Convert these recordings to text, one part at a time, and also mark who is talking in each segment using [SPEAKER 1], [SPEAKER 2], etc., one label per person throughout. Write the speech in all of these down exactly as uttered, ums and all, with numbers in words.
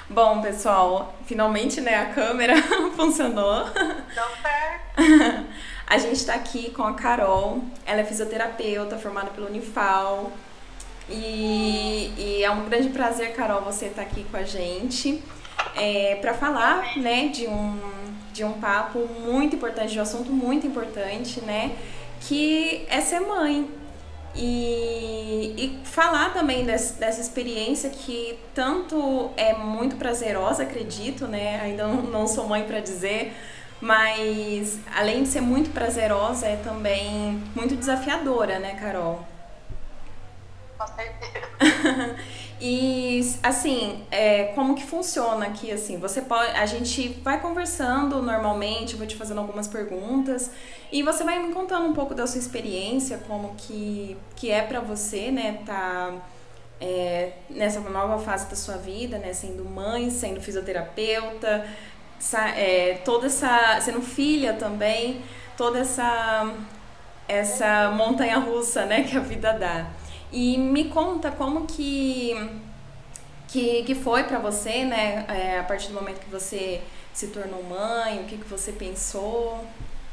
[SPEAKER 1] Bom, pessoal, finalmente, né, a câmera funcionou.
[SPEAKER 2] Deu certo.
[SPEAKER 1] A gente tá aqui com a Carol. Ela é fisioterapeuta, formada pela Unifal. E, e é um grande prazer, Carol, você estar aqui com a gente é, para falar,
[SPEAKER 2] Também.
[SPEAKER 1] né, de um, de um papo muito importante, de um assunto muito importante, né, que é ser mãe. E, e falar também desse, dessa experiência que tanto é muito prazerosa, acredito, né? Ainda não, não sou mãe para dizer, mas além de ser muito prazerosa, é também muito desafiadora, né, Carol?
[SPEAKER 2] Com certeza.
[SPEAKER 1] E assim, é, como que funciona aqui assim? Você pode, a gente vai conversando normalmente, eu vou te fazendo algumas perguntas e você vai me contando um pouco da sua experiência, como que que é pra você, né, tá é, nessa nova fase da sua vida, né, sendo mãe, sendo fisioterapeuta, sa- é, toda essa, sendo filha também, toda essa essa montanha russa, né, que a vida dá. E me conta como que que, que foi pra você, né, é, a partir do momento que você se tornou mãe, o que, que você pensou?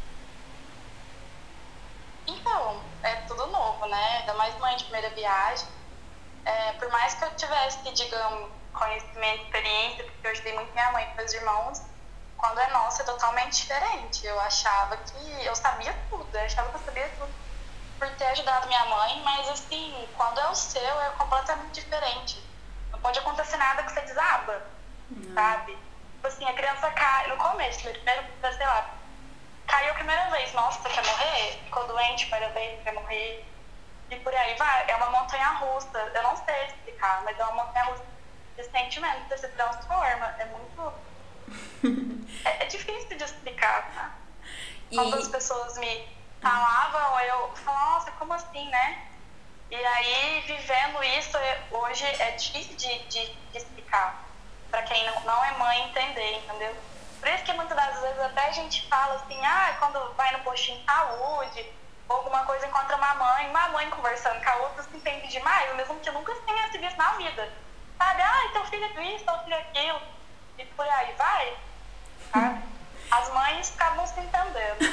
[SPEAKER 2] Então, é tudo novo, né? Ainda mais mãe de primeira viagem. É, por mais que eu tivesse, digamos, conhecimento, experiência, porque eu ajudei muito minha mãe e meus irmãos, quando é nosso é totalmente diferente. Eu achava que eu sabia tudo, eu achava que eu sabia tudo por ter ajudado minha mãe, mas assim, quando é o seu é completamente diferente. Não pode acontecer nada que você desaba, sabe? Tipo assim, a criança cai no começo, no primeiro, sei lá, caiu a primeira vez, nossa, você quer morrer? Ficou doente a primeira vez, quer morrer? E por aí vai. É uma montanha russa. Eu não sei explicar, mas é uma montanha russa de sentimentos. Você se transforma. É muito. É, é difícil de explicar, tá? Quando as
[SPEAKER 1] E
[SPEAKER 2] pessoas me falavam, eu falava, nossa, como assim, né? E aí, vivendo isso, eu- hoje é difícil de, de, de explicar para quem não, não é mãe entender, entendeu? Por isso que muitas das vezes até a gente fala assim, ah, quando vai no postinho de saúde, ou alguma coisa encontra uma mãe, uma mãe conversando com a outra se entende demais, mesmo que nunca tenha se visto na vida. Sabe, ah, teu filho é isso, teu filho é aquilo, e por aí vai, sabe? As mães acabam se entendendo.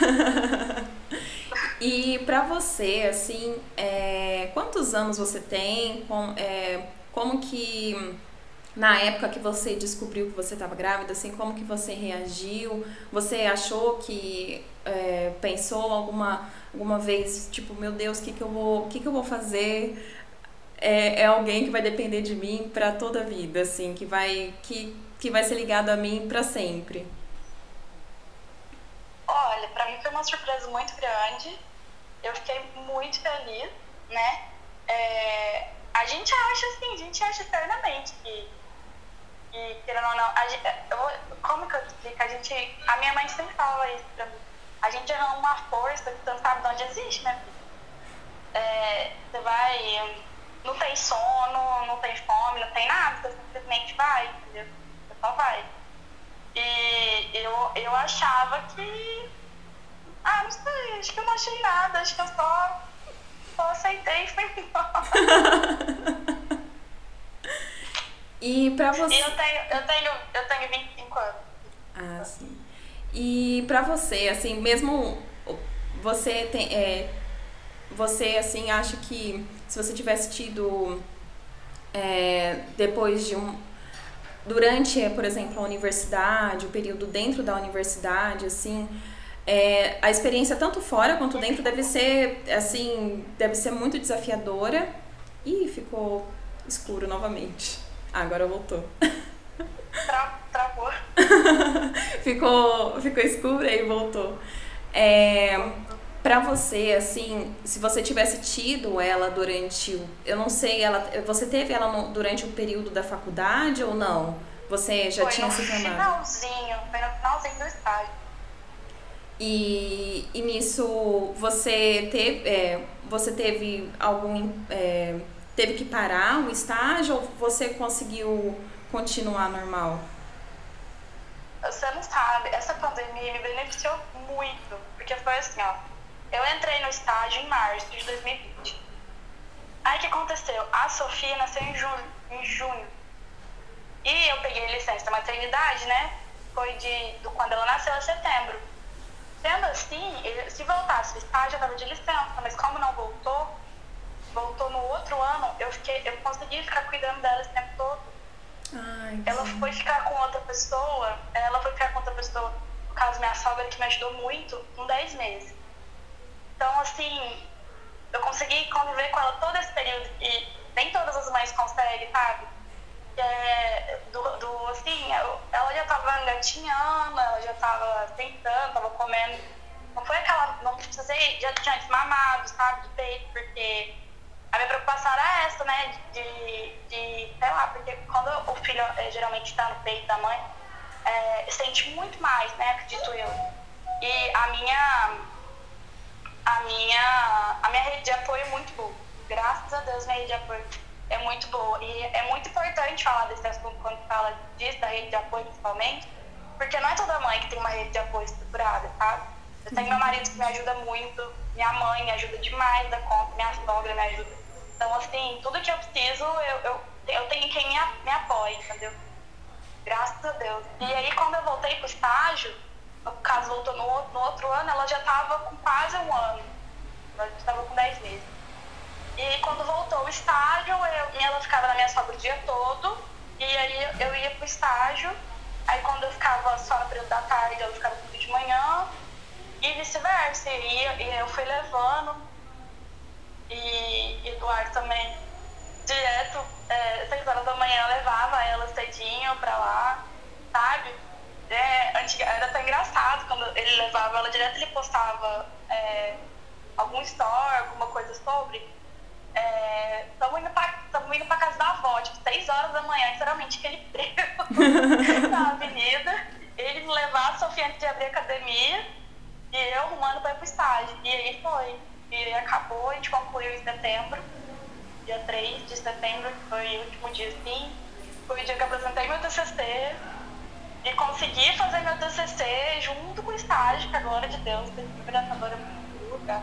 [SPEAKER 1] E pra você, assim, é, quantos anos você tem? Com, é, como que na época que você descobriu que você estava grávida, assim, como que você reagiu? Você achou que é, pensou alguma alguma vez, tipo, meu Deus, o que que eu vou, o que que eu vou fazer? É, é alguém que vai depender de mim pra toda a vida, assim, que vai que que vai ser ligado a mim pra sempre.
[SPEAKER 2] Olha, pra mim foi uma surpresa muito grande. Eu fiquei muito feliz, né? É, a gente acha assim, a gente acha eternamente que, que querendo ou não, a gente, eu, como que eu explico? A gente, a minha mãe sempre fala isso pra mim. A gente é uma força que você não sabe de onde existe, né, filho? É, você vai, não tem sono, não tem fome, não tem nada, você simplesmente vai, entendeu? Você só vai. E eu, eu achava que, ah, não sei, acho que eu não achei nada, acho que eu só, só aceitei e fui embora.
[SPEAKER 1] E pra
[SPEAKER 2] E
[SPEAKER 1] você,
[SPEAKER 2] eu tenho, eu tenho, eu tenho vinte e cinco anos.
[SPEAKER 1] ah, sim. E pra você, assim, mesmo você tem, é, você assim acha que se você tivesse tido é, depois de um durante, por exemplo, a universidade, o período dentro da universidade, assim, é, a experiência tanto fora quanto dentro deve ser, assim, deve ser muito desafiadora. Ih, ficou escuro novamente. Ah, agora voltou.
[SPEAKER 2] Tra, travou.
[SPEAKER 1] ficou, ficou escuro e voltou. É,
[SPEAKER 2] Voltou.
[SPEAKER 1] pra você, assim, se você tivesse tido ela durante o. Eu não sei, ela, você teve ela no- durante o período da faculdade ou não? Você já
[SPEAKER 2] Foi
[SPEAKER 1] tinha
[SPEAKER 2] no
[SPEAKER 1] se formado?
[SPEAKER 2] finalzinho, foi no finalzinho do estágio.
[SPEAKER 1] E, e nisso você teve, é, você teve algum. É, teve que parar o estágio ou você conseguiu continuar normal?
[SPEAKER 2] Você não sabe, essa pandemia me beneficiou muito, porque foi assim, ó. Eu entrei no estágio em março de dois mil e vinte. Aí o que aconteceu? A Sofia nasceu em junho, em junho. E eu eu peguei licença da maternidade, né? Foi de do, quando ela nasceu, em setembro. Sendo assim, ele, se voltasse o estágio, eu tava de licença, mas como não voltou, voltou no outro ano, eu, fiquei, eu consegui ficar cuidando dela esse tempo todo.
[SPEAKER 1] Ai,
[SPEAKER 2] ela
[SPEAKER 1] sim.
[SPEAKER 2] foi ficar com outra pessoa, ela foi ficar com outra pessoa, no caso minha sogra, que me ajudou muito, com dez meses. Então, assim, eu consegui conviver com ela todo esse período, e nem todas as mães conseguem, sabe? É, do, do, assim, eu, ela já tava engatinhando, ela já tava tentando, tava comendo. Não foi aquela, não precisei, já tinha desmamado, sabe, do peito, porque a minha preocupação era essa, né, de, de sei lá, porque quando o filho é, geralmente está no peito da mãe, é, sente muito mais, né, acredito eu. E a minha, a minha, a minha rede de apoio é muito boa. Graças a Deus, minha rede de apoio é muito boa. E é muito importante falar desse assunto quando fala disso, da rede de apoio principalmente, porque não é toda mãe que tem uma rede de apoio estruturada, sabe? Eu tenho meu marido que me ajuda muito, minha mãe me ajuda demais da conta, minha sogra me ajuda. Então, assim, tudo que eu preciso, eu, eu, eu tenho quem me, me apoia, entendeu? Graças a Deus. E aí, quando eu voltei pro estágio, no caso, voltou no, no outro ano, ela já estava com quase um ano. Ela já estava com dez meses. E quando voltou o estágio, eu, ela ficava na minha sogra o dia todo, e aí eu ia pro estágio, aí quando eu ficava só no período da tarde, ela ficava comigo de manhã, e vice-versa. E, e eu fui levando, e Eduardo também, direto, é, seis horas da manhã, eu levava ela cedinho pra lá, sabe? É, antiga, era até engraçado, quando ele levava ela direto, ele postava é, algum story, alguma coisa sobre... Estamos é, indo, pra, indo pra casa da avó, tipo, seis horas da manhã, literalmente, aquele breu na avenida. Ele me levar a Sofia antes de abrir a academia e eu arrumando pra ir pro estágio. E aí foi. E aí acabou, a gente concluiu em setembro, dia três de setembro, que foi o último dia, assim. Foi o dia que eu apresentei meu T C C e consegui fazer meu T C C junto com o estágio, que agora, de Deus, a orientadora é muito lugar.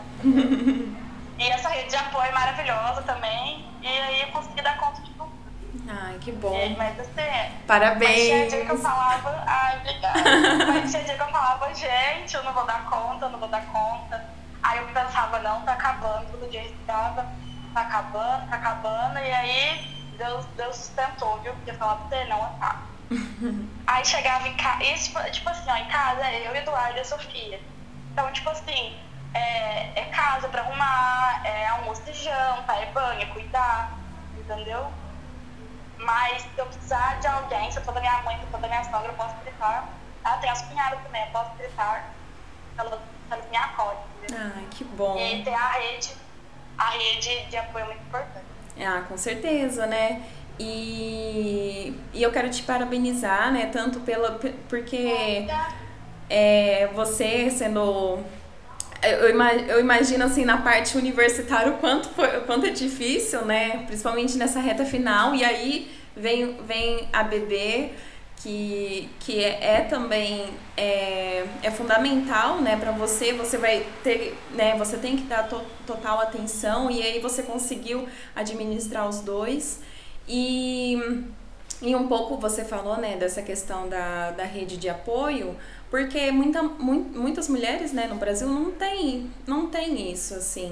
[SPEAKER 2] E essa rede de apoio maravilhosa também. E aí eu consegui dar conta de tudo.
[SPEAKER 1] Ai, que bom.
[SPEAKER 2] E, mas assim...
[SPEAKER 1] Parabéns.
[SPEAKER 2] Mas tinha dia que eu falava... Ai, obrigada. Mas tinha dia que eu falava, gente, eu não vou dar conta, eu não vou dar conta. Aí eu pensava, não, tá acabando. Todo dia eu estava, tá acabando, tá acabando. E aí Deus, Deus sustentou, viu? Porque eu falava pra você, não, tá. Aí chegava em casa... Tipo assim, ó, em casa, eu, Eduardo e a Sofia. Então, tipo assim... É, é casa pra arrumar, é almoço e janta, é banho, é cuidar, entendeu? Mas se eu precisar de alguém, se eu for da minha mãe, se eu for da minha sogra, eu posso gritar. Ah, tem as cunhadas também, eu posso gritar. Elas, elas me acolhem, entendeu?
[SPEAKER 1] Ai, que bom.
[SPEAKER 2] E ter a rede, a rede de apoio é muito importante.
[SPEAKER 1] Ah, com certeza, né? E, e eu quero te parabenizar, né? Tanto pela... Porque é, você sendo... Eu, eu imagino, assim, na parte universitária o quanto, foi, o quanto é difícil, né? Principalmente nessa reta final. E aí vem, vem a bebê, que, que é, é também é, é fundamental, né, para você. Você vai ter, né? Você tem que dar to, total atenção. E aí você conseguiu administrar os dois. E, e um pouco você falou, né, dessa questão da, da rede de apoio. Porque muita, muitas mulheres, né, no Brasil não tem, não tem isso, assim.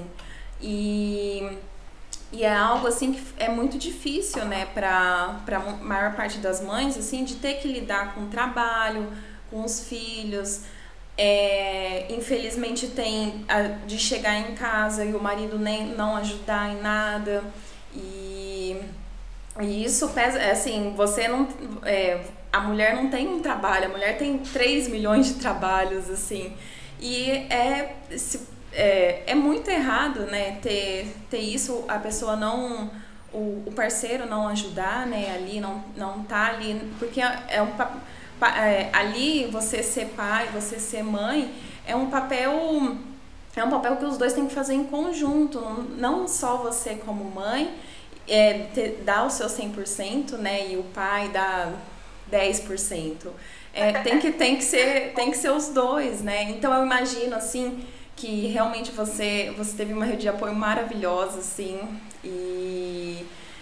[SPEAKER 1] E, e é algo, assim, que é muito difícil, né, para a maior parte das mães, assim, de ter que lidar com o trabalho, com os filhos. É, infelizmente tem a, de chegar em casa e o marido nem não ajudar em nada. E, e isso pesa, assim, você não... É, a mulher não tem um trabalho, a mulher tem três milhões de trabalhos, assim. E é, é, é muito errado, né, ter, ter isso, a pessoa não... O, o parceiro não ajudar, né, ali, não, não tá ali... Porque é um, é, ali, você ser pai, você ser mãe, é um papel... É um papel que os dois têm que fazer em conjunto, não só você como mãe, é, ter, dar o seu cem por cento, né, e o pai dá dez por cento. É, tem, que, tem, que ser, tem que ser os dois, né? Então eu imagino, assim, que realmente você, você teve uma rede de apoio maravilhosa, assim, e,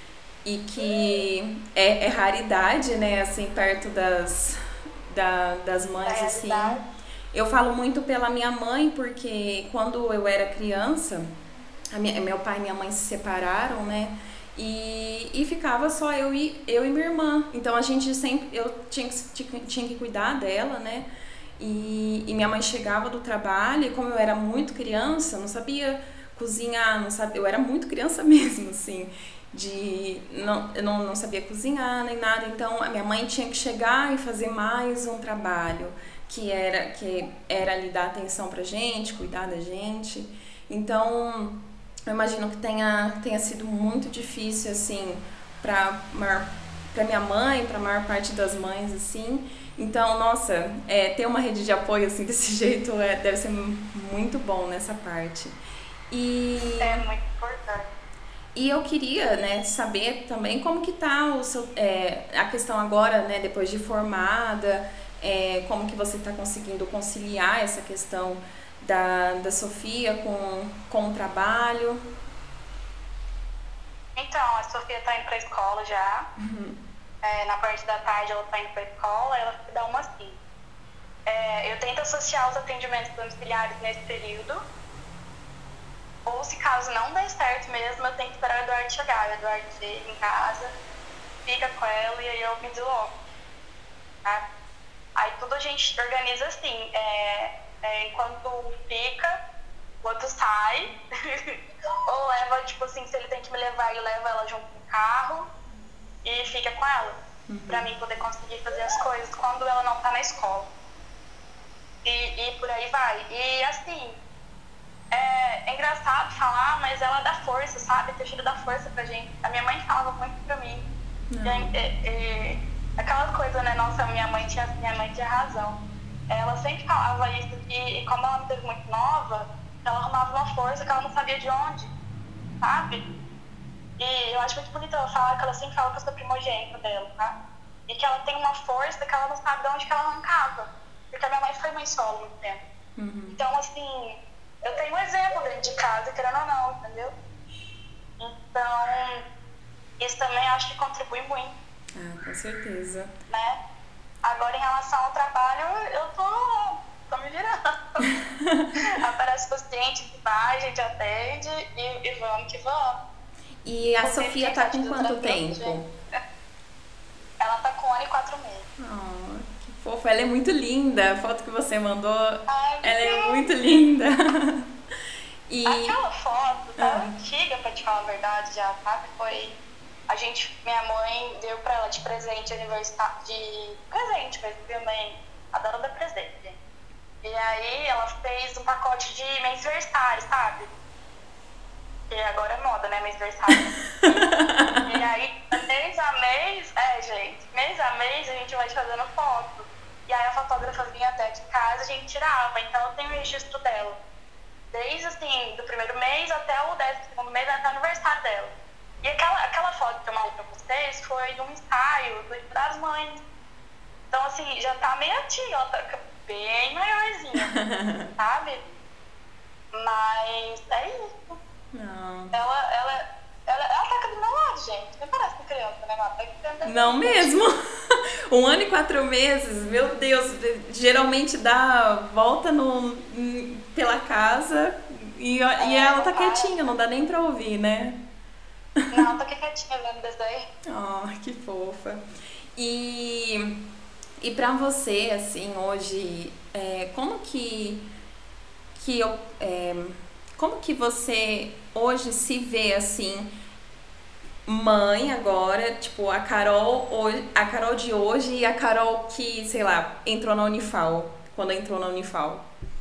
[SPEAKER 1] e que é, é raridade, né, assim, perto das, da, das mães, assim. Eu falo muito pela minha mãe, porque quando eu era criança, a minha, meu pai e minha mãe se separaram, né, e, e ficava só eu e, eu e minha irmã. Então a gente sempre, eu tinha que, tinha que cuidar dela, né, e, e minha mãe chegava do trabalho, e como eu era muito criança, não sabia cozinhar, não sabia, eu era muito criança mesmo, assim, de não, eu não, não sabia cozinhar nem nada, então a minha mãe tinha que chegar e fazer mais um trabalho, que era, que era ali dar atenção pra gente, cuidar da gente. Então eu imagino que tenha, tenha sido muito difícil, assim, pra, pra minha mãe, pra maior parte das mães, assim. Então, nossa, é, ter uma rede de apoio assim desse jeito é, deve ser muito bom nessa parte.
[SPEAKER 2] E, é muito importante.
[SPEAKER 1] E eu queria, né, saber também como que tá o seu, é, a questão agora, né, depois de formada, é, como que você está conseguindo conciliar essa questão da, da Sofia com, com o trabalho.
[SPEAKER 2] Então, a Sofia está indo para a escola já. Uhum. É, na parte da tarde ela está indo para a escola, ela fica dá uma assim. É, eu tento associar os atendimentos domiciliares nesse período. Ou se caso não der certo mesmo, eu tenho que esperar o Eduardo chegar. O Eduardo chega em casa, fica com ela e aí eu me desloco. Tá? Aí tudo a gente organiza assim, é, é, enquanto um fica, o outro sai. Ou leva, tipo assim, se ele tem que me levar, eu levo ela junto no carro e fica com ela. Uhum. Pra mim poder conseguir fazer as coisas quando ela não tá na escola. E, e por aí vai. E assim, é, é engraçado falar, mas ela dá força, sabe? Ter filho dá força pra gente. A minha mãe falava muito pra mim. E, e, e, aquela coisa, né? Nossa, minha mãe tinha, minha mãe tinha razão. Ela sempre falava isso, que e como ela me teve muito nova, ela arrumava uma força que ela não sabia de onde, sabe? E eu acho muito bonito ela falar que ela sempre fala que eu sou primogênita dela, tá? E que ela tem uma força que ela não sabe de onde que ela arrancava. Porque a minha mãe foi mãe solo muito tempo. Uhum. Então, assim, eu tenho um exemplo dentro de casa, querendo ou não, entendeu? Então, isso também acho que contribui muito.
[SPEAKER 1] Ah, com certeza.
[SPEAKER 2] Né? Agora, em relação ao trabalho, eu tô, tô me virando. Aparece paciente que vai, a gente atende e, e vamos que vamos.
[SPEAKER 1] E a Porque Sofia tá com quanto tempo? Gente.
[SPEAKER 2] Ela tá com um ano e quatro meses.
[SPEAKER 1] Oh, que fofa. Ela é muito linda. A foto que você mandou,
[SPEAKER 2] Ai,
[SPEAKER 1] ela é muito linda.
[SPEAKER 2] E... Aquela foto tá ah. antiga, pra te falar a verdade, já, sabe? Foi... A gente, minha mãe deu pra ela de presente aniversário, de presente mesmo, minha mãe adora dar presente, gente. E aí ela fez um pacote de mêsversário, sabe? Que agora é moda, né, mêsversário. E aí, mês a mês, é, gente, mês a mês a gente vai fazendo foto. E aí a fotógrafa vinha até de casa e a gente tirava, então eu tenho o registro dela. Desde, assim, do primeiro mês até o décimo segundo mês, até o aniversário dela. E aquela, aquela foto que eu mandei pra vocês foi de um ensaio do Dia das Mães. Então, assim, já tá meio antiga, ela tá bem maiorzinha, sabe? Mas é isso.
[SPEAKER 1] Não.
[SPEAKER 2] Ela, ela, ela, ela tá do meu lado, gente. Não parece uma criança, né, Mata? Tá
[SPEAKER 1] não mesmo. Um ano e quatro meses, meu Deus. Geralmente dá volta no, pela casa e, é, e ela tá quietinha, não dá nem pra ouvir, né?
[SPEAKER 2] Não, tô aqui quietinha vendo desse daí.
[SPEAKER 1] Oh, que fofa. E, e pra você, assim, hoje, é, como que, que eu, é, como que você hoje se vê, assim, mãe agora, tipo, a Carol, a Carol de hoje e a Carol que, sei lá, entrou na Unifal, quando entrou na Unifal?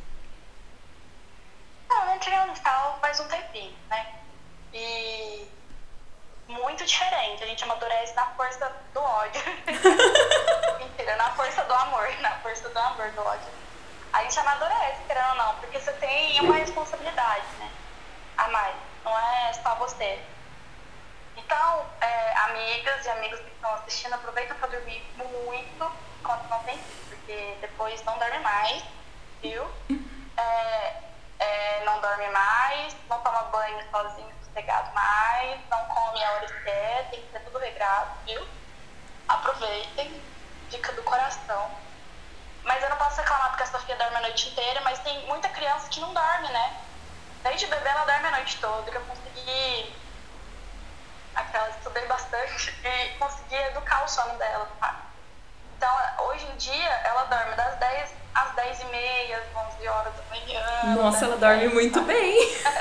[SPEAKER 2] Não, eu entrei na Unifal faz um tempinho, né? E... muito diferente, a gente amadurece na força do ódio. Mentira, na força do amor, na força do amor, do ódio. A gente amadurece, querendo ou não, porque você tem uma responsabilidade, né? A mais, não é só você. Então, é, amigas e amigos que estão assistindo, aproveitam para dormir muito enquanto não tem filho, porque depois não dorme mais, viu? É, é, não dorme mais, não toma banho sozinho, sossegado mais, não come a hora que quer, tem que ser tudo integrado, viu? Aproveitem, dica do coração. Mas eu não posso reclamar porque a Sofia dorme a noite inteira, mas tem muita criança que não dorme, né? Desde bebê ela dorme a noite toda, que eu consegui, aquela, estudei bastante e consegui educar o sono dela, tá? Então, hoje em dia, ela dorme das dez às dez e meia, onze horas da manhã.
[SPEAKER 1] Nossa, ela dorme muito bem.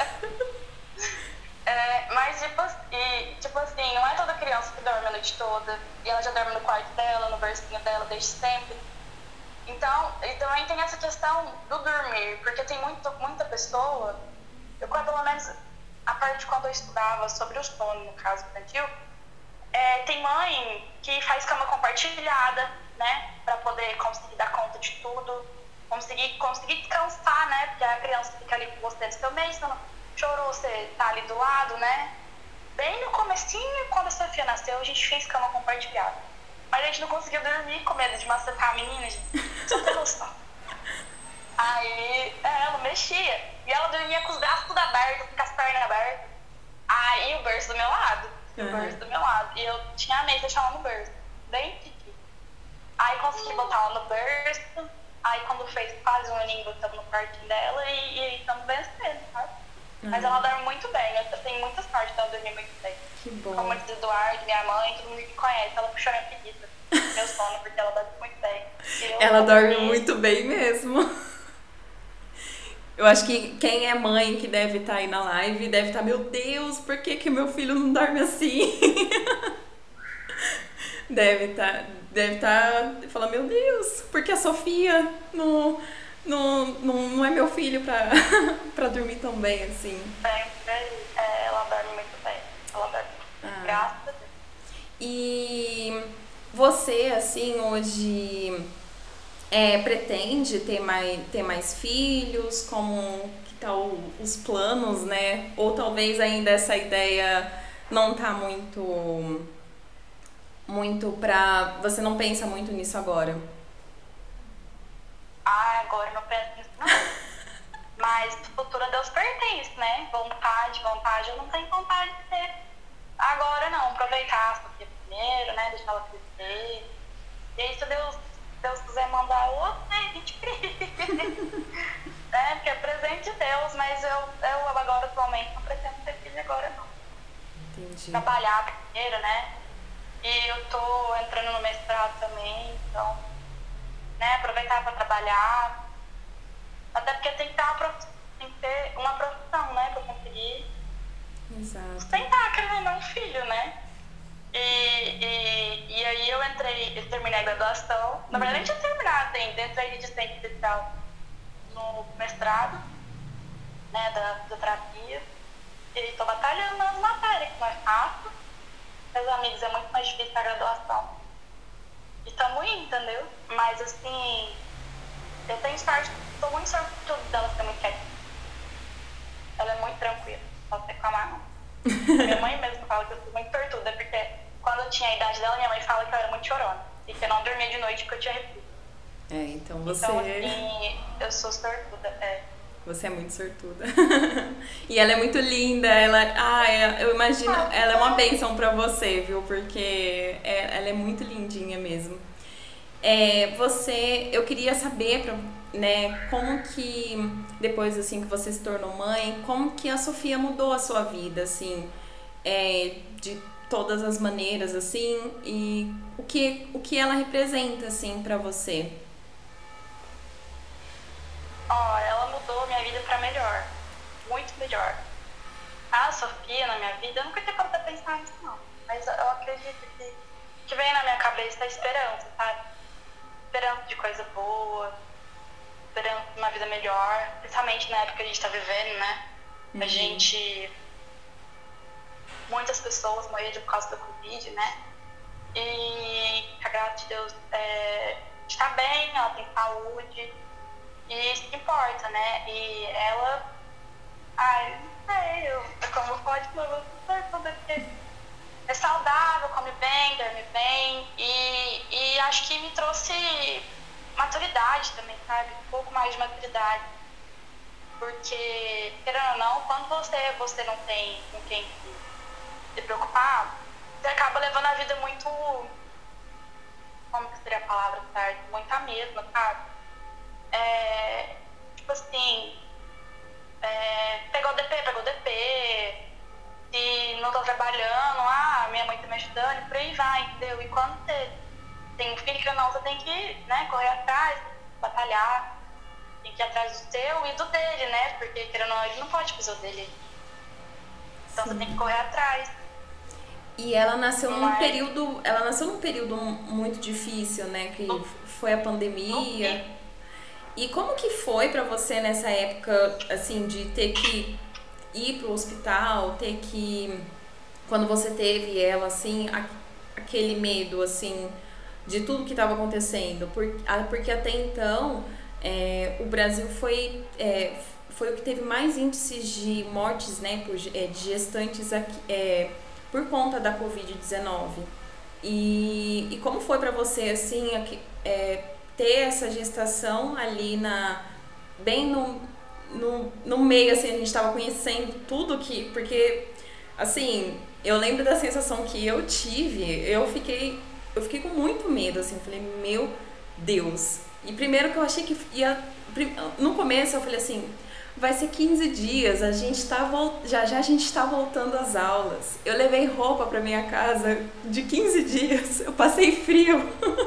[SPEAKER 2] É, mas, tipo, e, tipo assim, não é toda criança que dorme a noite toda. E ela já dorme no quarto dela, no bercinho dela, desde sempre. Então, e também tem essa questão do dormir, porque tem muito, muita pessoa... Eu, pelo menos, a parte de quando eu estudava sobre o sono, no caso infantil, é, tem mãe que faz cama compartilhada, né? Pra poder conseguir dar conta de tudo, conseguir, conseguir descansar, né? Porque a criança fica ali com você no seu meio, você não chorou, você tá ali do lado, né? Bem no comecinho, quando a Sofia nasceu, a gente fez cama compartilhada. Mas a gente não conseguiu dormir com medo de macetar a menina, gente. Só tem noção. Aí, é, ela mexia. E ela dormia com os braços tudo abertos, com as pernas abertas. Aí o berço do meu lado. Uhum. O berço do meu lado. E eu tinha a mesa deixar ela no berço. Bem pequeno. Aí consegui botar ela no berço. Aí quando fez quase um aninho, botamos no quartinho dela e, e estamos vencendo, sabe? Uhum. Mas ela dorme muito bem. Eu tenho muita sorte dela dormir muito bem.
[SPEAKER 1] Que bom.
[SPEAKER 2] Como diz Eduardo, minha mãe, todo mundo me conhece. Ela puxou minha pedida. Meu sono, porque ela dorme muito bem. Eu,
[SPEAKER 1] ela dorme muito bem mesmo. Eu acho que quem é mãe que deve estar tá aí na live deve estar, tá, meu Deus, por que que meu filho não dorme assim? deve estar, tá, deve estar tá, falando, meu Deus, porque a Sofia não, não, não, não é meu filho pra, pra dormir tão bem assim.
[SPEAKER 2] Sempre, é, ela dorme muito bem, ela dorme, ah. Graças a Deus.
[SPEAKER 1] E você, assim, hoje... É, pretende ter mais, ter mais filhos? Como que tá o, os planos, né? Ou talvez ainda essa ideia não tá muito, muito pra... Você não pensa muito nisso agora?
[SPEAKER 2] Ah, agora eu não penso nisso não. Mas o futuro a Deus pertence, né? Vontade, vontade, eu não tenho vontade de ter. Agora não, aproveitar a Sofia primeiro, né? Deixar ela crescer. E aí se Deus... Se Deus quiser mandar outro, né, a gente cria. É, porque é presente de Deus, mas eu, eu agora atualmente não pretendo ter filho agora não.
[SPEAKER 1] Entendi.
[SPEAKER 2] Trabalhar primeiro, né? E eu tô entrando no mestrado também, então, né, aproveitar para trabalhar. Até porque tem que ter uma profissão, tem que ter uma profissão, né, para conseguir.
[SPEAKER 1] Exato.
[SPEAKER 2] Sustentar aquele não filho, né? E, e, e aí eu entrei, eu terminei a graduação. Na verdade, eu tinha terminado ainda, entrei de assistente especial no mestrado, né, da, da terapia. E estou batalhando nas matérias, que não é fácil. Meus amigos, é muito mais difícil a graduação. E estamos indo, entendeu? Mas assim, eu tenho sorte, estou muito sortuda dela ser muito quietinha. Ela é muito tranquila, não posso reclamar não. Minha mãe mesmo fala que eu sou muito sortuda, porque quando eu tinha a idade dela, minha mãe fala que eu era muito chorona. E que eu não dormia de noite porque eu tinha refluxo.
[SPEAKER 1] É, então você...
[SPEAKER 2] Então, assim, eu sou sortuda, é.
[SPEAKER 1] Você é muito sortuda. E ela é muito linda, ela... Ah, eu imagino... Ah, ela é uma bênção pra você, viu? Porque é, ela é muito lindinha mesmo. É, você... Eu queria saber, pra, né, como que... Depois, assim, que você se tornou mãe, como que a Sofia mudou a sua vida, assim... É, de todas as maneiras, assim, e o que, o que ela representa, assim, pra você?
[SPEAKER 2] Ó, oh, ela mudou minha vida pra melhor, muito melhor. A Sofia na minha vida, eu nunca tinha parado pra pensar nisso, não, mas eu acredito que, que vem na minha cabeça a esperança, sabe? Esperança de coisa boa, esperança de uma vida melhor, principalmente na época que a gente tá vivendo, né? Uhum. A gente... Muitas pessoas morreram por causa da Covid, né? E a graça de Deus é, está bem, ela tem saúde, e isso que importa, né? E ela, ai, não sei, eu, como pode, mas eu não sei porque é saudável, come bem, dorme bem, e, e acho que me trouxe maturidade também, sabe? Um pouco mais de maturidade. Porque, querendo ou não, quando você, você não tem com quem se preocupar, você acaba levando a vida muito, como que seria a palavra certa? Muito a mesma, sabe? É, tipo assim, é, pegou D P, pegou D P, se não tô trabalhando, ah, minha mãe tá me ajudando, e por aí vai, entendeu? E quando você tem um filho que não, você tem que, né, correr atrás, batalhar, tem que ir atrás do seu e do dele, né? Porque, querendo ou não, ele não pode fazer o dele. Então, sim, você tem que correr atrás.
[SPEAKER 1] E ela nasceu
[SPEAKER 2] Mas...
[SPEAKER 1] num período, ela nasceu num período muito difícil, né? Que foi a pandemia. E como que foi pra você nessa época, assim, de ter que ir pro hospital, ter que, quando você teve ela, assim, aquele medo, assim, de tudo que estava acontecendo? Porque até então, é, o Brasil foi, é, foi o que teve mais índices de mortes, né, por, é, de gestantes aqui, é, por conta da covid dezenove. E, e como foi para você, assim, aqui, é, ter essa gestação ali na, bem no, no, no meio, assim, a gente estava conhecendo tudo que... Porque, assim, eu lembro da sensação que eu tive, eu fiquei, eu fiquei com muito medo, assim, eu falei, meu Deus. E primeiro que eu achei que ia... No começo eu falei assim... Vai ser quinze dias, a gente tá já já a gente está voltando às aulas. Eu levei roupa para minha casa de quinze dias, eu passei frio.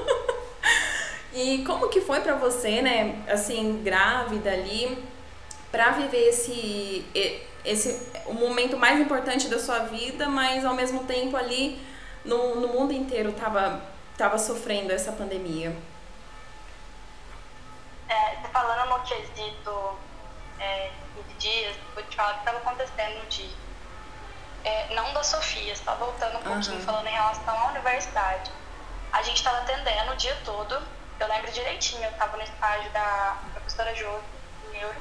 [SPEAKER 1] E como que foi para você, né, assim, grávida ali, para viver esse esse o momento mais importante da sua vida, mas ao mesmo tempo ali no, no mundo inteiro tava tava sofrendo essa pandemia?
[SPEAKER 2] É, você falando no quesito É, quinze dias, vou te falar o que estava acontecendo no dia. É, não da Sofia, só voltando um pouquinho, uhum. falando em relação à universidade. A gente estava atendendo o dia todo, eu lembro direitinho, eu estava no estágio da professora Jô, neuro,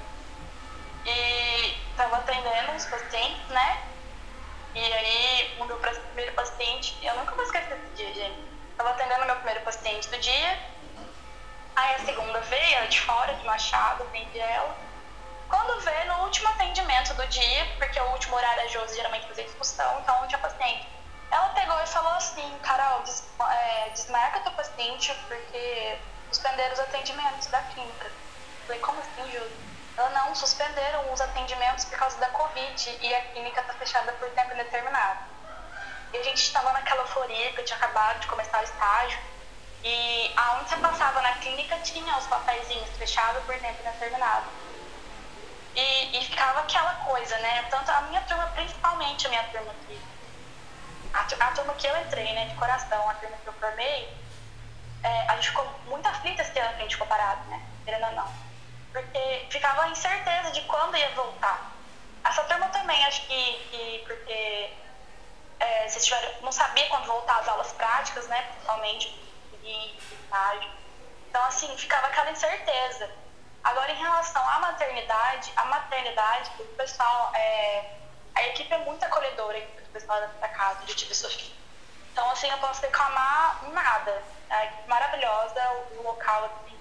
[SPEAKER 2] e estava atendendo os pacientes, né? E aí, o meu primeiro paciente, eu nunca vou esquecer desse dia, gente. Estava atendendo o meu primeiro paciente do dia, aí a segunda veio, ela de fora, de Machado, atendi ela. Quando vê, no último atendimento do dia, porque o último horário a Josi geralmente fazia discussão, então não tinha paciente. Ela pegou e falou assim, Carol, des, é, desmarca teu paciente porque suspenderam os atendimentos da clínica. Eu falei, como assim, Josi? Ela, não, suspenderam os atendimentos por causa da Covid e a clínica tá fechada por tempo indeterminado. E a gente estava naquela euforia que eu tinha acabado de começar o estágio, e aonde você passava na clínica tinha os papeizinhos fechados por tempo indeterminado. E, e ficava aquela coisa, né? Tanto a minha turma, principalmente a minha turma aqui, a, a turma que eu entrei, né, de coração, a turma que eu formei, é, a gente ficou muito aflita esse ano que a gente ficou parado, né? Querendo ou não. Porque ficava a incerteza de quando ia voltar. Essa turma também, acho que, que porque é, vocês tiveram, não sabia quando voltar as aulas práticas, né? Principalmente, e estágio. Então, assim, ficava aquela incerteza. Agora, em relação à maternidade, a maternidade, o pessoal, é, a equipe é muito acolhedora do pessoal da casa, de Tive Sofia. Então, assim, eu posso reclamar nada. A equipe maravilhosa, o, o local, assim,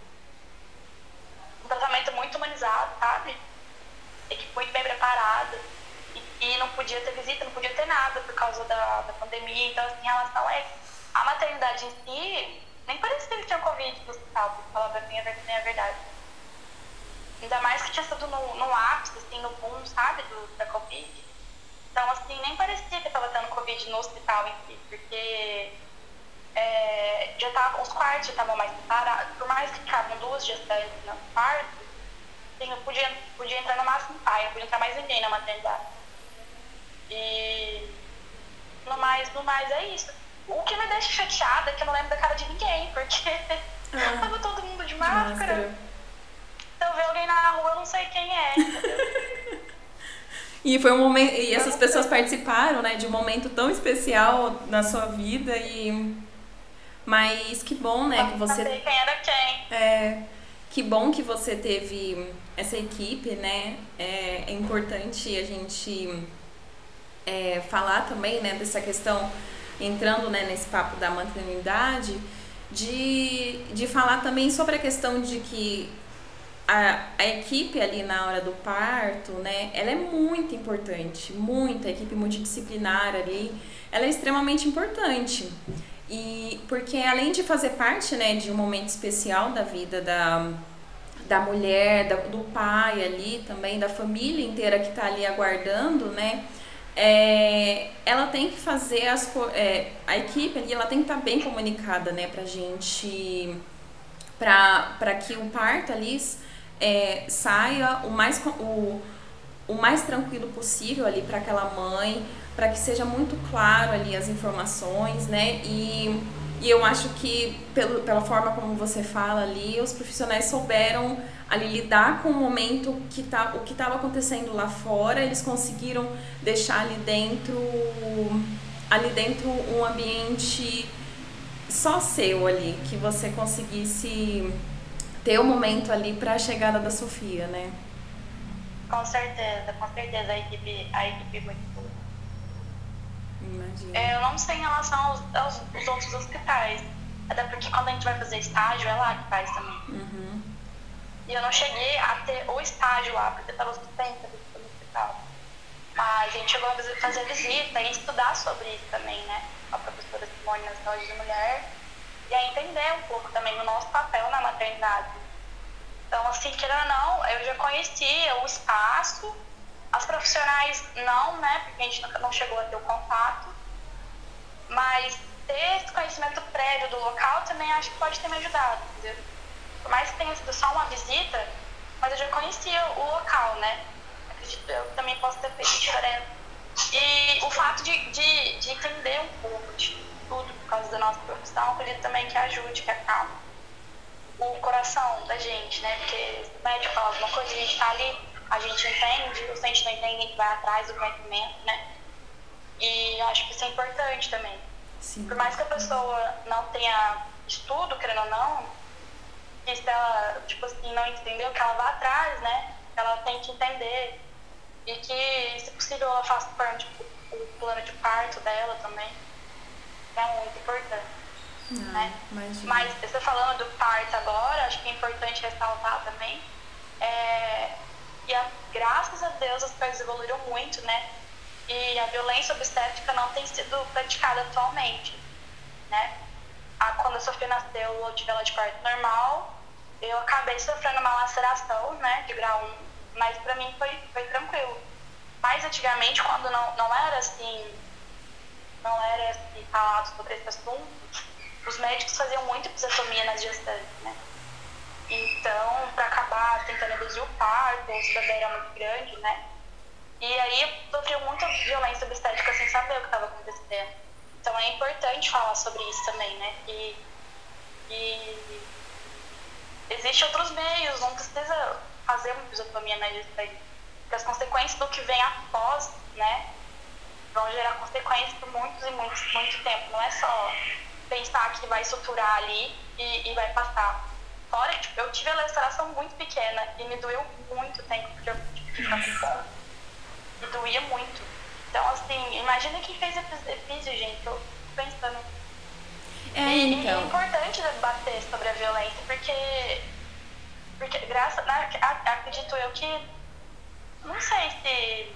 [SPEAKER 2] um tratamento muito humanizado, sabe? Equipe muito bem preparada. E, e não podia ter visita, não podia ter nada por causa da, da pandemia. Então, assim, em relação a, a maternidade em si, nem parecia que tinha Covid no hospital, pra falar pra mim a verdade. Ainda mais que tinha sido no, no ápice, assim, no boom, sabe, do, da Covid. Então, assim, nem parecia que eu tava tendo Covid no hospital em si, porque é, já tava, os quartos já estavam mais separados. Por mais que ficavam duas gestantes no quarto, assim, eu podia, podia entrar no máximo pai, não podia entrar mais ninguém na maternidade. E no mais, no mais é isso. O que me deixa chateada é que eu não lembro da cara de ninguém, porque ah, tava todo mundo de máscara. máscara. Se eu ver alguém na rua, eu não sei quem é.
[SPEAKER 1] E foi um momento, e essas pessoas participaram, né, de um momento tão especial na sua vida, e mas que bom, né, que você...
[SPEAKER 2] Não sei quem era quem.
[SPEAKER 1] É, que bom que você teve essa equipe, né, é, é importante a gente é, falar também, né, dessa questão, entrando, né, nesse papo da maternidade, de, de falar também sobre a questão de que a, a equipe ali na hora do parto, né, ela é muito importante, muito, a equipe multidisciplinar ali, ela é extremamente importante. E porque além de fazer parte, né, de um momento especial da vida da, da mulher, da, do pai ali também, da família inteira que está ali aguardando, né, é, ela tem que fazer as é, a equipe ali, ela tem que estar tá bem comunicada, né, pra gente, pra, pra que o parto ali é, saia o mais, o, o mais tranquilo possível ali para aquela mãe, para que seja muito claro ali as informações, né? E, e eu acho que pelo, pela forma como você fala ali, os profissionais souberam ali lidar com o momento que tá, o que estava acontecendo lá fora, eles conseguiram deixar ali dentro, ali dentro um ambiente só seu ali, que você conseguisse ter o um momento ali para a chegada da Sofia, né?
[SPEAKER 2] Com certeza, com certeza a equipe, a equipe muito boa.
[SPEAKER 1] Imagina.
[SPEAKER 2] É, eu não sei em relação aos, aos, aos outros hospitais, até porque quando a gente vai fazer estágio, é lá que faz também.
[SPEAKER 1] Uhum.
[SPEAKER 2] E eu não cheguei a ter o estágio lá, porque eu estava suspensa no hospital. Mas a gente chegou a fazer visita e estudar sobre isso também, né? A professora Simone na saúde da mulher. E a entender um pouco também o nosso papel na maternidade. Então, assim, querendo ou não, eu já conhecia o espaço, as profissionais não, né, porque a gente não chegou a ter o contato, mas ter esse conhecimento prévio do local também acho que pode ter me ajudado, entendeu? Por mais que tenha sido só uma visita, mas eu já conhecia o local, né? Acredito eu que também posso ter feito diferença. E o fato de, de, de entender um pouco de tudo por causa da nossa profissão, acredito também que ajude, que acalme o coração da gente, né? Porque se o médico fala alguma coisa, a gente tá ali, a gente entende, ou se a gente não entende, a gente vai atrás do conhecimento, né? E eu acho que isso é importante também.
[SPEAKER 1] Sim.
[SPEAKER 2] Por mais que a pessoa não tenha estudo, querendo ou não, que se ela, tipo assim, não entendeu, que ela vá atrás, né? Ela tem que entender. E que, se possível, ela faça parte do plano de parto dela também. É muito importante.
[SPEAKER 1] Não,
[SPEAKER 2] né? Mas você falando do parto agora, acho que é importante ressaltar também. É, e a, graças a Deus as coisas evoluíram muito, né? E a violência obstétrica não tem sido praticada atualmente, né? A, quando a Sofia nasceu, eu tive ela de parto normal, eu acabei sofrendo uma laceração, né, de grau um, mas pra mim foi, foi tranquilo. Mas antigamente, quando não, não era assim, não era assim, falado sobre esse assunto, os médicos faziam muito episiotomia nas gestantes, né? Então, para acabar tentando reduzir o parto, o bebê era muito grande, né? E aí sofreu muita violência obstétrica sem saber o que estava acontecendo. Então é importante falar sobre isso também, né? E, e existem outros meios, não precisa fazer uma episiotomia na gestante, porque as consequências do que vem após, né, vão gerar consequências por muitos e muitos, muito tempo. Não é só pensar que vai suturar ali e, e vai passar. Fora que tipo, eu tive a laceração muito pequena e me doeu muito tempo, porque eu tive que ficar com fome. E doía muito. Então, assim, imagina quem fez epísio, gente. Eu tô pensando.
[SPEAKER 1] É,
[SPEAKER 2] e,
[SPEAKER 1] então.
[SPEAKER 2] e é importante debater sobre a violência, porque, porque graças, né, acredito eu que, não sei se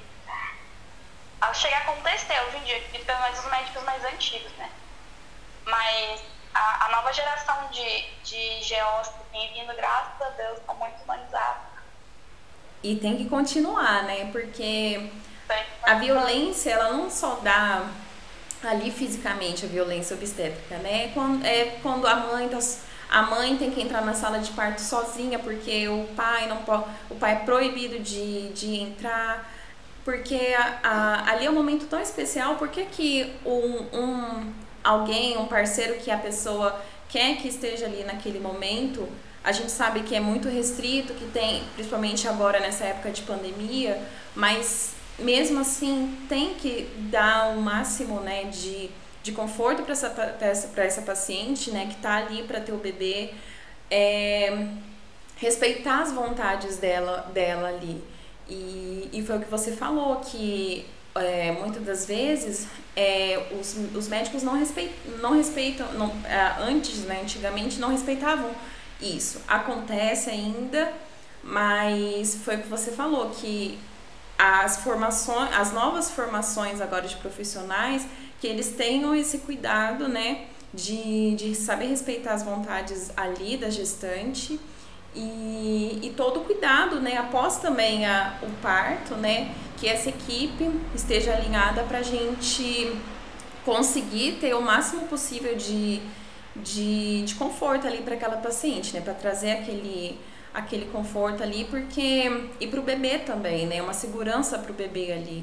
[SPEAKER 2] chega a acontecer hoje em dia, pelo menos os médicos mais antigos, né? Mas a, a nova geração de, de G Os que tem vindo, graças a Deus, estão muito humanizados.
[SPEAKER 1] E tem que continuar, né? Porque a violência, ela não só dá ali fisicamente a violência obstétrica, né? Quando, é quando a mãe tá, a mãe tem que entrar na sala de parto sozinha porque o pai não pode, o pai é proibido de, de entrar, porque a, a, ali é um momento tão especial. Por que que um, um, alguém, um parceiro que a pessoa quer que esteja ali naquele momento, a gente sabe que é muito restrito, que tem, principalmente agora nessa época de pandemia, mas mesmo assim tem que dar o máximo, né, de, de conforto para essa, para essa paciente, né, que está ali para ter o bebê, é, respeitar as vontades dela, dela ali. E, e foi o que você falou, que é, muitas das vezes é, os, os médicos não respeitam, não respeitam não, antes, né, antigamente não respeitavam isso. Acontece ainda, Mas foi o que você falou, que as formações, as novas formações agora de profissionais, que eles tenham esse cuidado, né, de, de saber respeitar as vontades ali da gestante e, e todo o cuidado, né, após também a, o parto, né, que essa equipe esteja alinhada para a gente conseguir ter o máximo possível de, de, de conforto ali para aquela paciente, né, para trazer aquele aquele conforto ali, porque e para o bebê também, né, uma segurança para o bebê ali.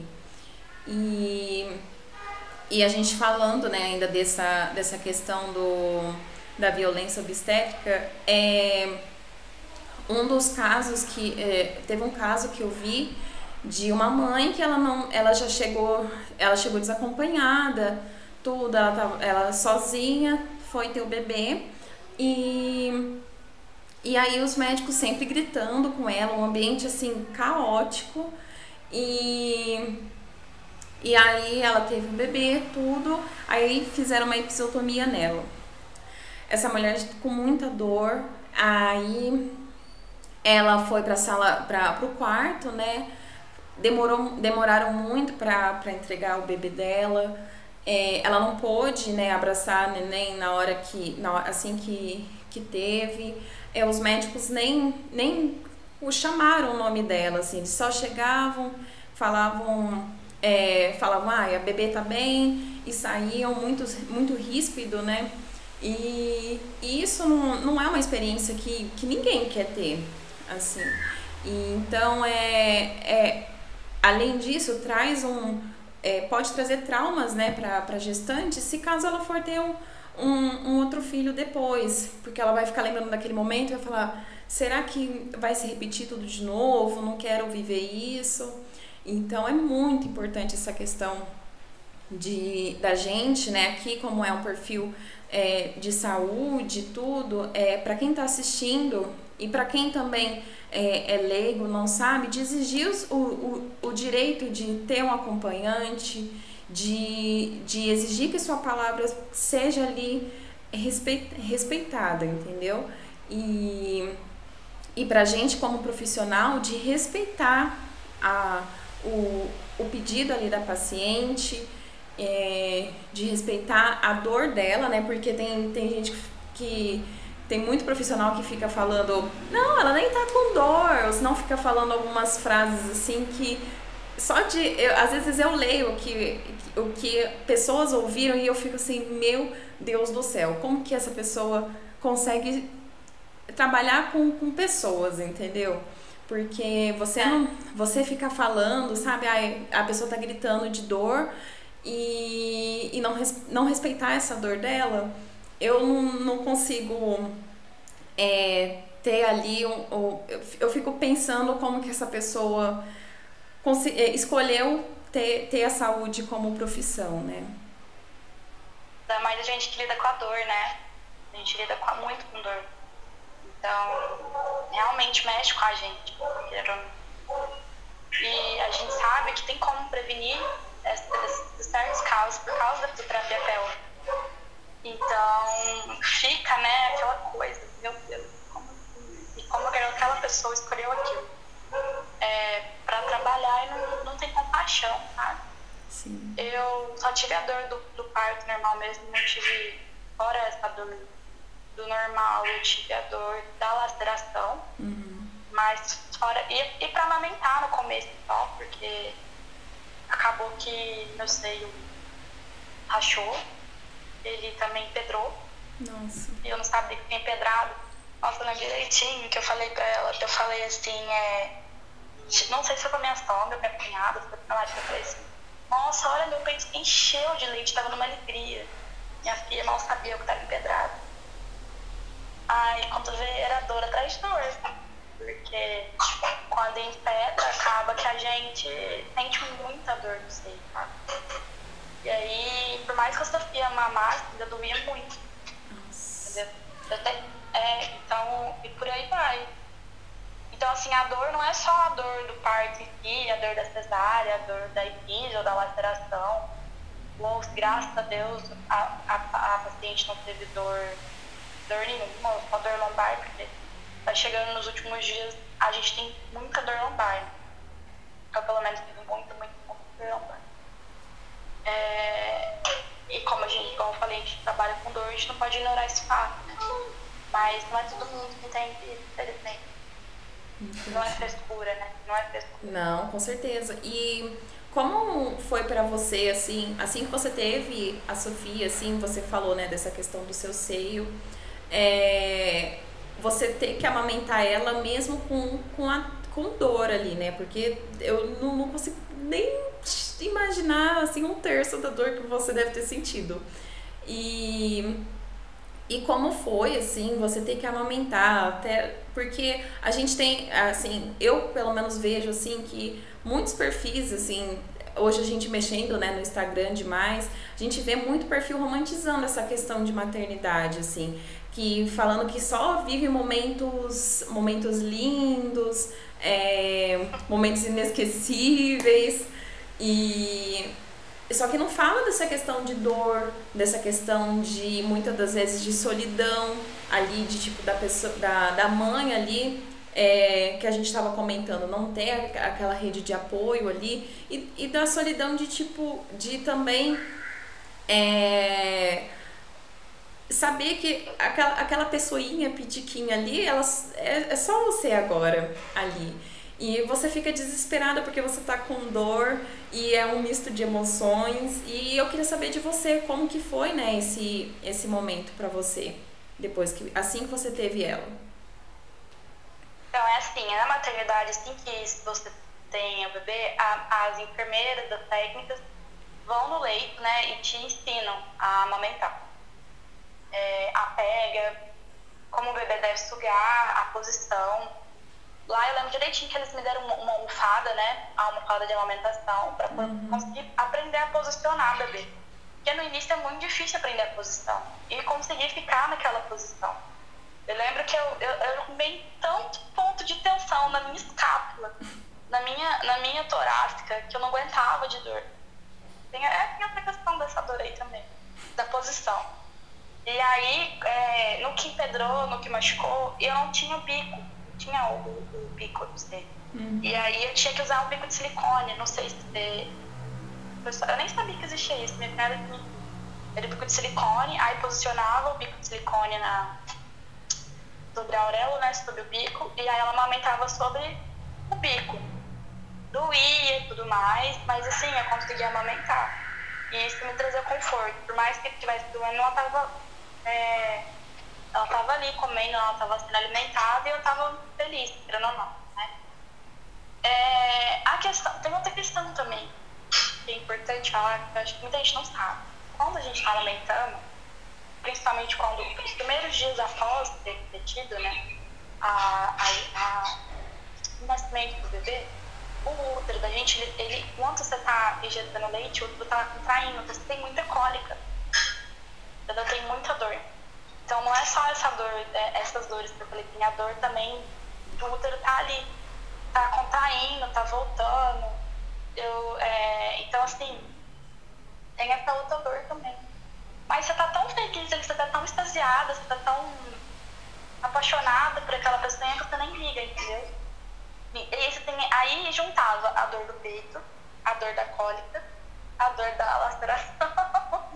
[SPEAKER 1] E, e a gente falando, né, ainda dessa, dessa questão do, da violência obstétrica, é um dos casos que é, teve um caso que eu vi de uma mãe que ela não, ela já chegou, ela chegou desacompanhada, tudo, ela tava, ela sozinha foi ter o bebê e E aí os médicos sempre gritando com ela, um ambiente assim caótico. E, e aí ela teve um bebê, tudo. Aí fizeram uma episiotomia nela. Essa mulher com muita dor. Aí ela foi pra sala, pra, pro quarto, né? Demorou, demoraram muito pra, pra entregar o bebê dela. É, ela não pôde, né, abraçar a neném na hora que, na, assim que, que teve. É, os médicos nem, nem o chamaram o nome dela, assim, eles só chegavam, falavam, é, falavam, ah, a bebê tá bem, e saíam muito, muito ríspido, né? E, e isso não, não é uma experiência que, que ninguém quer ter, assim. E, então, é, é, além disso, traz um, é, pode trazer traumas, né, para a gestante, se caso ela for ter um Um, um outro filho depois, porque ela vai ficar lembrando daquele momento e vai falar, será que vai se repetir tudo de novo? Não quero viver isso. Então é muito importante essa questão de, da gente, né, aqui como é um perfil é, de saúde, tudo, é, para quem está assistindo e para quem também é, é leigo, não sabe, de exigir os, o, o, o direito de ter um acompanhante, De, de exigir que sua palavra seja ali respeitada, entendeu? E, e pra gente como profissional de respeitar a, o, o pedido ali da paciente, é, de respeitar a dor dela, né? Porque tem, tem gente que, que tem muito profissional que fica falando, não, ela nem tá com dor, ou senão fica falando algumas frases assim que só de, eu, às vezes eu leio o que, o que pessoas ouviram e eu fico assim, meu Deus do céu, como que essa pessoa consegue trabalhar com, com pessoas, entendeu? Porque você não, você fica falando, sabe, a, a pessoa tá gritando de dor e, e não, não respeitar essa dor dela, eu não, não consigo é, ter ali, um, um, eu, eu fico pensando como que essa pessoa escolheu ter, ter a saúde como profissão, né?
[SPEAKER 2] Ainda mais a gente que lida com a dor, né? A gente lida com, muito com dor. Então, realmente mexe com a gente. E a gente sabe que tem como prevenir esses certos casos por causa da fisioterapia pélvica. Então, fica, né, aquela coisa, meu Deus, como, e como aquela pessoa escolheu aquilo. É, pra trabalhar e não, não tem compaixão, sabe?
[SPEAKER 1] Sim.
[SPEAKER 2] Eu só tive a dor do, do parto normal mesmo, não tive, fora essa dor do normal, eu tive a dor da laceração,
[SPEAKER 1] uhum.
[SPEAKER 2] Mas fora, e, e pra amamentar no começo só, porque acabou que meu seio rachou, ele também pedrou.
[SPEAKER 1] Nossa.
[SPEAKER 2] E eu não sabia que tinha pedrado. Nossa, eu lembro direitinho que eu falei pra ela, eu falei assim, é, não sei se foi pra minha sogra, minha cunhada, se foi pra minha marido, eu falei assim, nossa, olha, meu peito encheu de leite, tava numa alegria. Minha filha mal sabia o que tava empedrado. Aí, quando vê, era dor atrás de dor. Porque quando empedra, acaba que a gente sente muita dor no seio, sabe? E aí, por mais que a Sofia mamasse, ainda doía muito. Entendeu? Eu te, é, então, e por aí vai. Então, assim, a dor não é só a dor do parto em si, a dor da cesárea, a dor da epídise ou da laceração. Ou, graças a Deus, a, a, a paciente não teve dor, dor nenhuma, só dor lombar, porque chegando nos últimos dias, a gente tem muita dor lombar. Eu, pelo menos, tenho muito, muito, muito dor lombar. É, e como a gente, como eu falei, a gente trabalha com dor, a gente não pode ignorar esse fato, né? Mas não é todo mundo que tem isso, infelizmente. Não é frescura, né? Não é frescura.
[SPEAKER 1] Não, com certeza. E como foi pra você, assim, assim que você teve a Sofia, assim, você falou, né, dessa questão do seu seio, é, você ter que amamentar ela mesmo com, com, a, com dor ali, né? Porque eu não, não consigo nem imaginar, assim, um terço da dor que você deve ter sentido. E... E como foi, assim, você ter que amamentar, até porque a gente tem, assim, eu pelo menos vejo, assim, que muitos perfis, assim, hoje a gente mexendo, né, no Instagram demais, a gente vê muito perfil romantizando essa questão de maternidade, assim, que falando que só vive momentos, momentos lindos, é, momentos inesquecíveis, e... Só que não fala dessa questão de dor, dessa questão de, muitas das vezes, de solidão ali, de tipo, da pessoa, da, da mãe ali, é, que a gente estava comentando, não ter aquela rede de apoio ali, e, e da solidão de tipo, de também é, saber que aquela, aquela pessoinha pitiquinha ali, ela, é, é só você agora ali. E você fica desesperada porque você tá com dor e é um misto de emoções. E eu queria saber de você como que foi, né, esse, esse momento pra você, depois que, assim que você teve ela.
[SPEAKER 2] Então é assim, na maternidade, assim que você tem o bebê, a, as enfermeiras, as técnicas vão no leito, né, e te ensinam a amamentar. É, a pega, como o bebê deve sugar, a posição. Lá eu lembro direitinho que eles me deram uma, uma almofada, né? A almofada de amamentação, para uhum. conseguir aprender a posicionar o bebê. Porque no início é muito difícil aprender a posição e conseguir ficar naquela posição. Eu lembro que eu, eu, eu arrumei tanto ponto de tensão na minha escápula, na minha, na minha torácica, que eu não aguentava de dor. Tem, é, tem outra questão dessa dor aí também, da posição. E aí, é, no que empedrou, no que machucou, eu não tinha o bico. Tinha o, o, o bico do seio. Uhum. E aí eu tinha que usar um bico de silicone. Não sei se você... Eu nem sabia que existia isso. Minha primeira era bico de silicone. Aí posicionava o bico de silicone na... sobre a auréola, né? Sobre o bico. E aí ela amamentava sobre o bico. Doía e tudo mais. Mas assim, eu conseguia amamentar. E isso me trazia conforto. Por mais que estivesse doendo, ela tava... É... Ela estava ali comendo, ela estava sendo alimentada e eu estava feliz, querendo ou não, né? É, a questão, tem outra questão também que é importante falar, que eu acho que muita gente não sabe. Quando a gente está amamentando, principalmente quando os primeiros dias após ter tido, né, a, a, a, o nascimento do bebê, o útero da gente, ele, ele enquanto você está injetando leite, o útero está contraindo, você tem muita cólica, você tem muita dor. Então não é só essa dor, é, essas dores que eu falei, tem a dor também do útero tá ali, tá contraindo, tá voltando. Eu, é, então assim, tem essa outra dor também. Mas você tá tão feliz, você tá tão extasiada, você tá tão apaixonada por aquela pessoa que você nem liga, entendeu? E aí, você tem, aí juntava a dor do peito, a dor da cólica, a dor da laceração.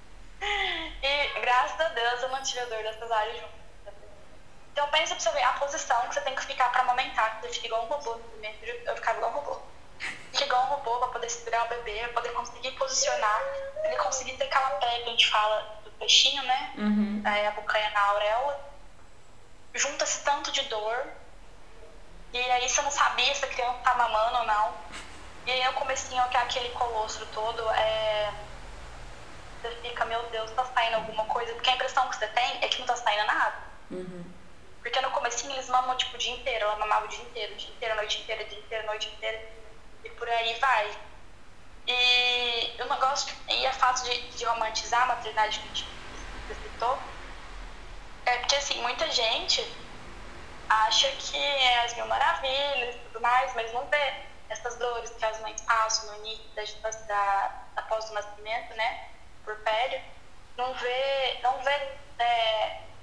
[SPEAKER 2] E graças a Deus eu não tive a dor dessas áreas juntas. Então pensa pra você ver a posição que você tem que ficar pra amamentar, que você fica igual um robô no primeiro, eu ficava igual um robô. Fica igual um robô pra poder segurar o bebê, pra poder conseguir posicionar, pra ele conseguir ter aquela pele que a gente fala do peixinho, né? Uhum. Aí a bocanha na auréola. Junta-se tanto de dor. E aí você não sabia se a criança tá mamando ou não. E aí no comecinho, que é aquele colostro todo, é... você fica, meu Deus, tá saindo alguma coisa? Porque a impressão que você tem é que não tá saindo nada. Uhum. Porque no comecinho eles mamam tipo o dia inteiro, ela mamava o dia inteiro, o dia inteiro, a noite inteira, o dia inteiro, a noite inteira, e por aí vai. E o negócio, e a fato de, de romantizar a maternidade que a gente citou, é porque assim, muita gente acha que é as mil maravilhas e tudo mais, mas não vê essas dores que as mães passam no início da, da, após o nascimento, né? Por pele, não vê, não vê é,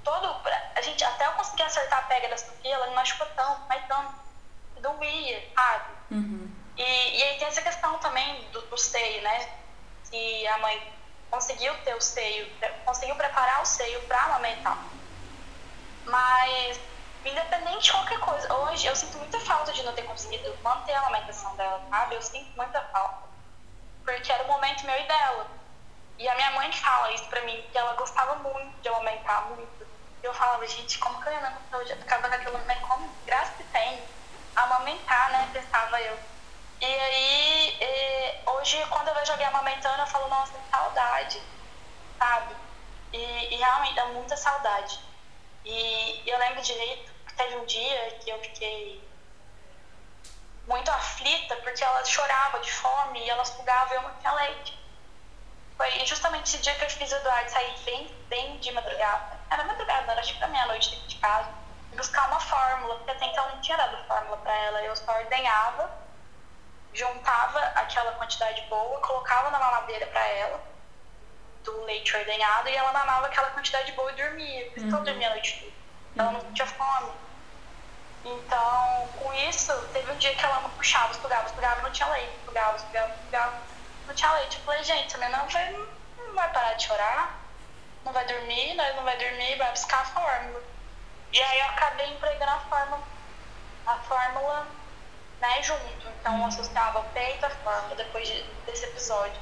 [SPEAKER 2] todo... A gente, até eu conseguir acertar a pega da Sofia, ela me machucou tanto, mas tanto, doía, sabe?
[SPEAKER 1] Uhum.
[SPEAKER 2] E, e aí tem essa questão também do, do seio, né? Que a mãe conseguiu ter o seio, conseguiu preparar o seio pra amamentar. Mas, independente de qualquer coisa, hoje eu sinto muita falta de não ter conseguido manter a amamentação dela, sabe? Eu sinto muita falta. Porque era o momento meu e dela. E a minha mãe fala isso pra mim, que ela gostava muito de amamentar, muito. E eu falava, gente, como que eu não eu já ficava naquilo, né? Como graça que tem amamentar, né? Pensava eu. E aí, e, hoje, quando eu vejo alguém amamentando, eu falo, nossa, que saudade, sabe? E, e realmente dá muita saudade. E eu lembro direito que teve um dia que eu fiquei muito aflita, porque ela chorava de fome e ela sugava e eu não tinha leite. Foi justamente esse dia que eu fiz o Eduardo sair bem, bem de madrugada. Era madrugada, era tipo da meia-noite dentro de casa, buscar uma fórmula, porque até então eu não tinha dado fórmula pra ela. Eu só ordenhava, juntava aquela quantidade boa, colocava na mamadeira pra ela, do leite ordenhado, e ela mamava aquela quantidade boa e dormia. Por isso que ela dormia a noite toda. Ela não tinha fome. Então, com isso, teve um dia que ela não puxava, estugava, estugava, não tinha leite, estugava, estugava, estugava, não tinha leite. Eu falei, gente, a minha não vai, não vai parar de chorar, não vai dormir, nós não vai dormir, vai buscar a fórmula. E aí eu acabei empregando a fórmula, a fórmula, né, junto. Então, eu associava o peito à fórmula depois de, desse episódio.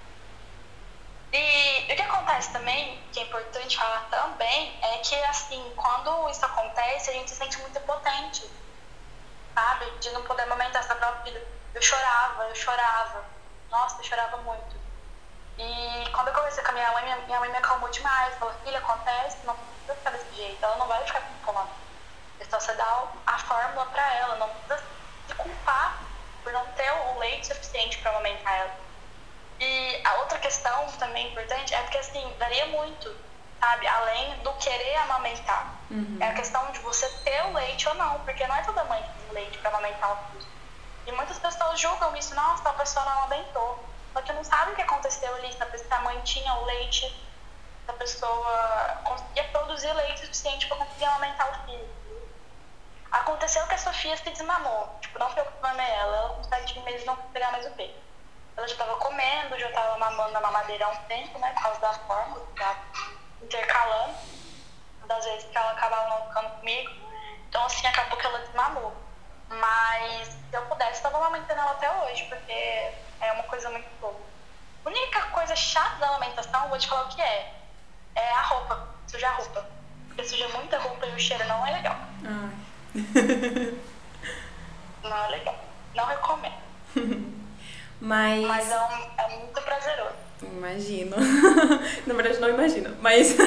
[SPEAKER 2] E o que acontece também, que é importante falar também, é que, assim, quando isso acontece, a gente se sente muito impotente, sabe? De não poder amamentar essa própria vida. Eu chorava, eu chorava. Nossa, eu chorava muito. E quando eu conversei com a minha mãe, minha, minha mãe me acalmou demais. Falou, filha, acontece, não precisa ficar desse jeito. Ela não vai ficar com fome. É só você dar a fórmula pra ela. Não precisa se culpar por não ter o leite suficiente pra amamentar ela. E a outra questão também importante é porque, assim, varia muito, sabe? Além do querer amamentar. Uhum. É a questão de você ter o leite ou não, porque não é toda mãe que tem leite pra amamentar o filho. E muitas pessoas julgam isso, nossa, a pessoa não amamentou. Só que não sabe o que aconteceu ali, se a mãe tinha o leite, se a pessoa conseguia produzir leite suficiente pra conseguir amamentar o filho. Aconteceu que a Sofia se desmamou. Tipo, não foi eu que desmamei ela, ela com sete meses não pegar mais o peito. Ela já estava comendo, já estava mamando na mamadeira há um tempo, né, por causa da fórmula, que estava intercalando, das vezes que ela acabava não ficando comigo. Então, assim, acabou que ela desmamou. Mas, se eu pudesse, eu estava amamentando ela até hoje, porque é uma coisa muito boa. A única coisa chata da amamentação, vou te falar o que é, é a roupa, sujar a roupa. Porque suja muita roupa e o cheiro não é legal. Não é legal. Não recomendo.
[SPEAKER 1] Mas,
[SPEAKER 2] Mas é, um, é muito prazeroso.
[SPEAKER 1] Imagino. Na verdade, não imagino. Mas,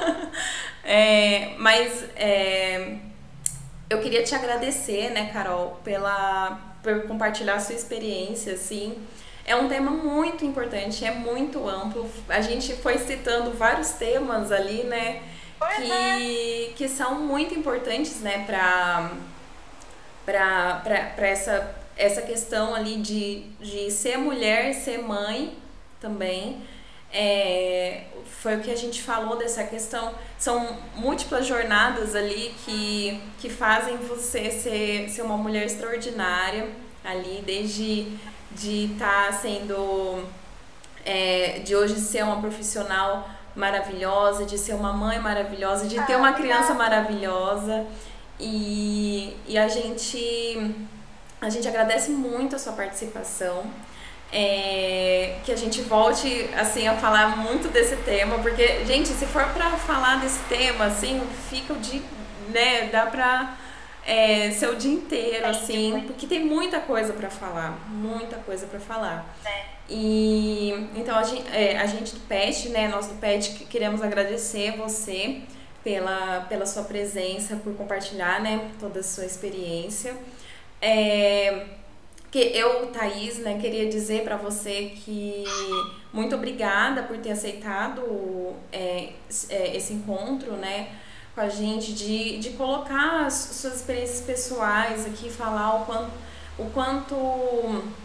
[SPEAKER 1] é, mas é, eu queria te agradecer, né, Carol, pela, por compartilhar a sua experiência, assim. É um tema muito importante, é muito amplo. A gente foi citando vários temas ali, né, que, é. que são muito importantes, né, para para para essa essa questão ali de, de ser mulher, ser mãe também. É, foi o que a gente falou dessa questão. São múltiplas jornadas ali que, que fazem você ser, ser uma mulher extraordinária ali, desde de estar tá sendo, é, de hoje ser uma profissional maravilhosa, de ser uma mãe maravilhosa, de ter uma criança maravilhosa. E, e a gente... A gente agradece muito a sua participação, é, que a gente volte assim, a falar muito desse tema, porque, gente, se for pra falar desse tema, assim, fica o dia, né, dá pra é, ser o dia inteiro, assim, porque tem muita coisa pra falar, muita coisa pra falar. E então a gente, é, a gente do Pet, né, nós do Pet queremos agradecer você pela, pela sua presença, por compartilhar, né, toda a sua experiência. É, que eu, Thaís, né, queria dizer para você que muito obrigada por ter aceitado é, esse encontro, né, com a gente, de, de colocar as suas experiências pessoais aqui, falar o quanto, o quanto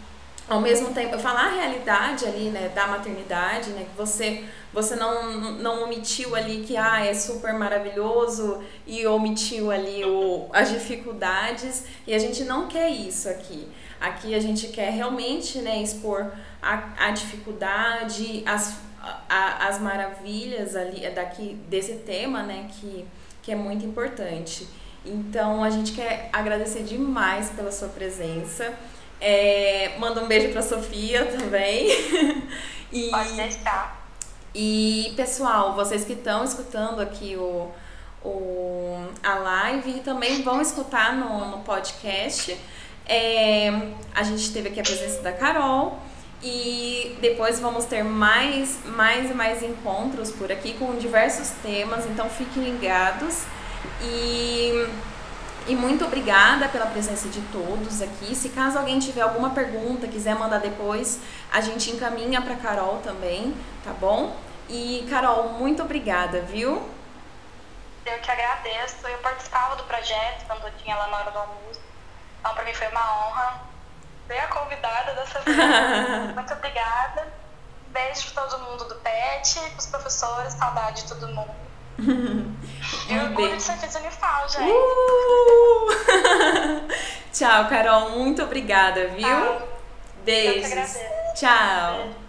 [SPEAKER 1] ao mesmo tempo, falar a realidade ali, né, da maternidade, né, que você, você não, não omitiu ali que, ah, é super maravilhoso e omitiu ali o, as dificuldades, e a gente não quer isso aqui. Aqui a gente quer realmente, né, expor a, a dificuldade, as, a, as maravilhas ali daqui, desse tema, né, que, que é muito importante. Então, a gente quer agradecer demais pela sua presença. É, manda um beijo pra Sofia também. E,
[SPEAKER 2] Pode deixar.
[SPEAKER 1] E, pessoal, vocês que estão escutando aqui o, o, a live também vão escutar no, no podcast. É, a gente teve aqui a presença da Carol e depois vamos ter mais, mais e mais encontros por aqui com diversos temas, então fiquem ligados. E, e muito obrigada pela presença de todos aqui. Se caso alguém tiver alguma pergunta, quiser mandar depois, a gente encaminha para Carol também, tá bom? E Carol, muito obrigada, viu?
[SPEAKER 2] Eu que agradeço. Eu participava do projeto quando eu tinha lá na hora do almoço. Então, para mim foi uma honra ser a convidada dessa vez. Muito obrigada. Beijo para todo mundo do P E T, para os professores, saudade de todo mundo. E
[SPEAKER 1] Um
[SPEAKER 2] orgulho
[SPEAKER 1] beijo.
[SPEAKER 2] de ser Kids Unifal, gente.
[SPEAKER 1] Uh! Tchau, Carol. Muito obrigada, viu?
[SPEAKER 2] Tchau.
[SPEAKER 1] Beijos.
[SPEAKER 2] Eu que agradeço.
[SPEAKER 1] Tchau.
[SPEAKER 2] Beijo.